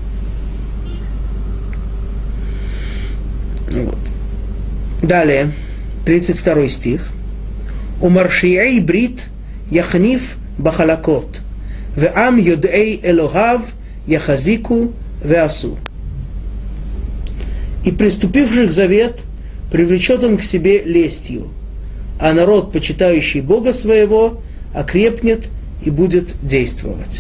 Далее, 32 стих. «Умаршиэй брит яхнив бахалакот, веам юдэй элохав яхазику веасу». «И приступивших завет привлечет он к себе лестью, а народ, почитающий Бога своего, окрепнет и будет действовать».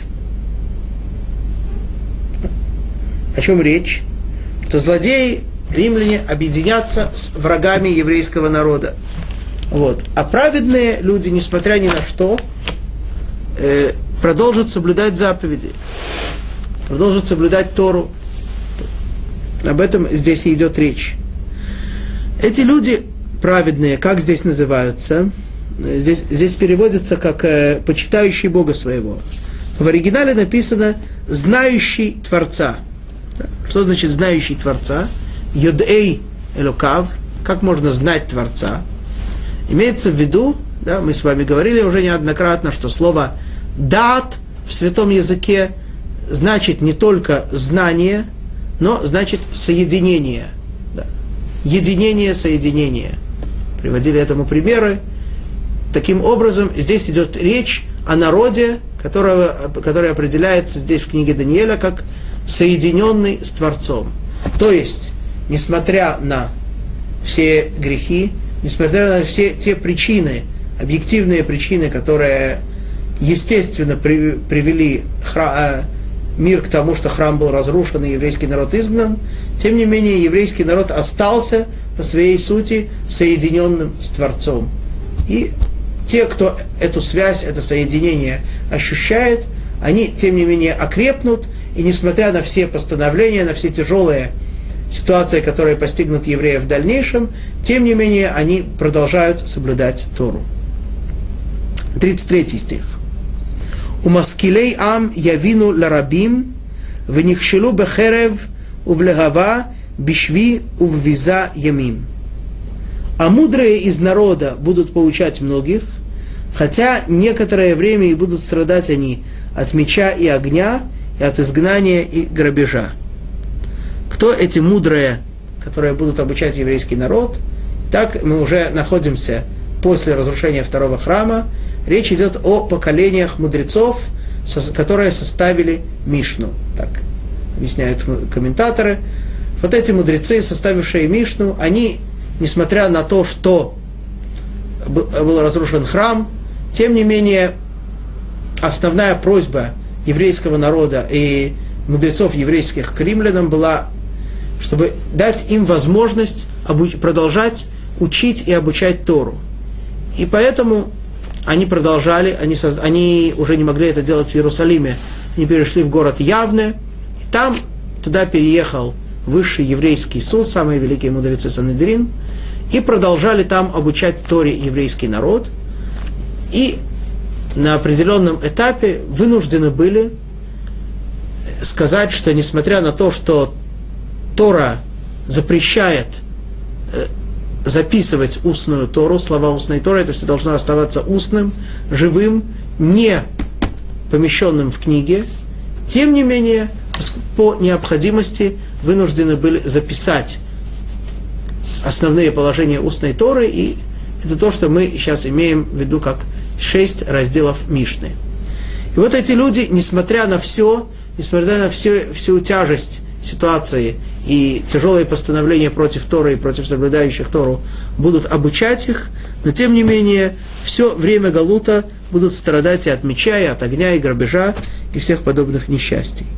О чем речь? Что злодеи, римляне, объединятся с врагами еврейского народа. А праведные люди, несмотря ни на что, продолжат соблюдать заповеди, продолжат соблюдать Тору. Об этом здесь и идет речь. Эти люди праведные, как здесь называются? Здесь переводится как почитающий Бога своего. В оригинале написано «знающий Творца». Что значит «знающий Творца»? «Йодэй элокав». Как можно знать Творца? Имеется в виду, мы с вами говорили уже неоднократно, что слово «дат» в святом языке значит не только знание, но значит соединение. Единение, соединение. Приводили этому примеры. Таким образом, здесь идет речь о народе, который определяется здесь в книге Даниэля как соединенный с Творцом. То есть, несмотря на все грехи, несмотря на все те причины, объективные причины, которые, естественно, привели мир к тому, что храм был разрушен и еврейский народ изгнан, тем не менее еврейский народ остался по своей сути соединенным с Творцом. И те, кто эту связь, это соединение ощущает, они, тем не менее, окрепнут, и несмотря на все постановления, на все тяжелые ситуации, которые постигнут евреев в дальнейшем, тем не менее, они продолжают соблюдать Тору. 33 стих. «Умаскилей ам явину ларабим, венихшелу бехерев увлегава бишви уввиза ямим». А мудрые из народа будут поучать многих, хотя некоторое время и будут страдать они от меча и огня, и от изгнания и грабежа. Кто эти мудрые, которые будут обучать еврейский народ? Так мы уже находимся после разрушения второго храма. Речь идет о поколениях мудрецов, которые составили Мишну. Так объясняют комментаторы. Вот эти мудрецы, составившие Мишну, они, несмотря на то, что был разрушен храм, тем не менее, основная просьба еврейского народа и мудрецов еврейских к римлянам была, чтобы дать им возможность продолжать учить и обучать Тору. И поэтому они продолжали, они уже не могли это делать в Иерусалиме, они перешли в город Явне, и там туда переехал высший еврейский суд, самые великие мудрецы Санедрин, и продолжали там обучать Торе еврейский народ, и на определенном этапе вынуждены были сказать, что несмотря на то, что Тора запрещает записывать устную Тору, слова устной Торы, это все должно оставаться устным, живым, не помещенным в книге, тем не менее, по необходимости вынуждены были записать основные положения устной Торы, и это то, что мы сейчас имеем в виду как 6 разделов Мишны. И вот эти люди, несмотря на всю тяжесть ситуации и тяжелые постановления против Торы и против соблюдающих Тору, будут обучать их, но тем не менее все время галута будут страдать и от меча, и от огня, и грабежа, и всех подобных несчастий.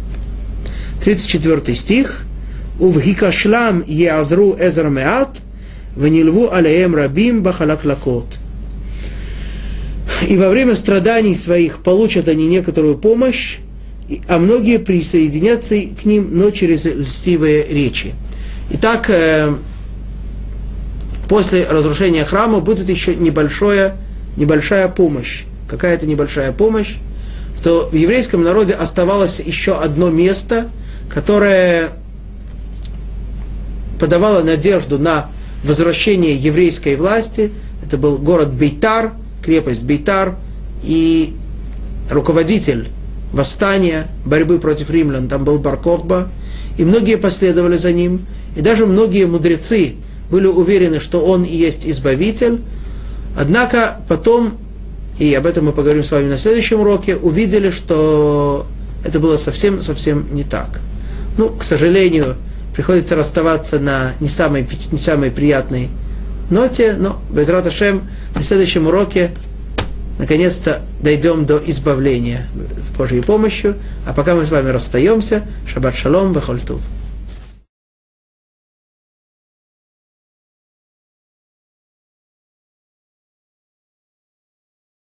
34 стих. «Увгикашлам еазру эзер меат, венилву алеем рабим бахалаклакот». И во время страданий своих получат они некоторую помощь, а многие присоединятся к ним, но через льстивые речи. Итак, после разрушения храма будет еще небольшая помощь. Какая-то небольшая помощь, что в еврейском народе оставалось еще одно место, которое подавало надежду на возвращение еврейской власти. Это был город Бейтар, крепость Бейтар, и руководитель восстания, борьбы против римлян, там был Бар-Кохба, и многие последовали за ним, и даже многие мудрецы были уверены, что он и есть избавитель, однако потом, и об этом мы поговорим с вами на следующем уроке, увидели, что это было совсем не так. К сожалению, приходится расставаться на не самой приятной ноте, но Бе'эзрат Ашем на следующем уроке наконец-то дойдем до избавления с Божьей помощью. А пока мы с вами расстаемся, шаббат шалом вехоль тув.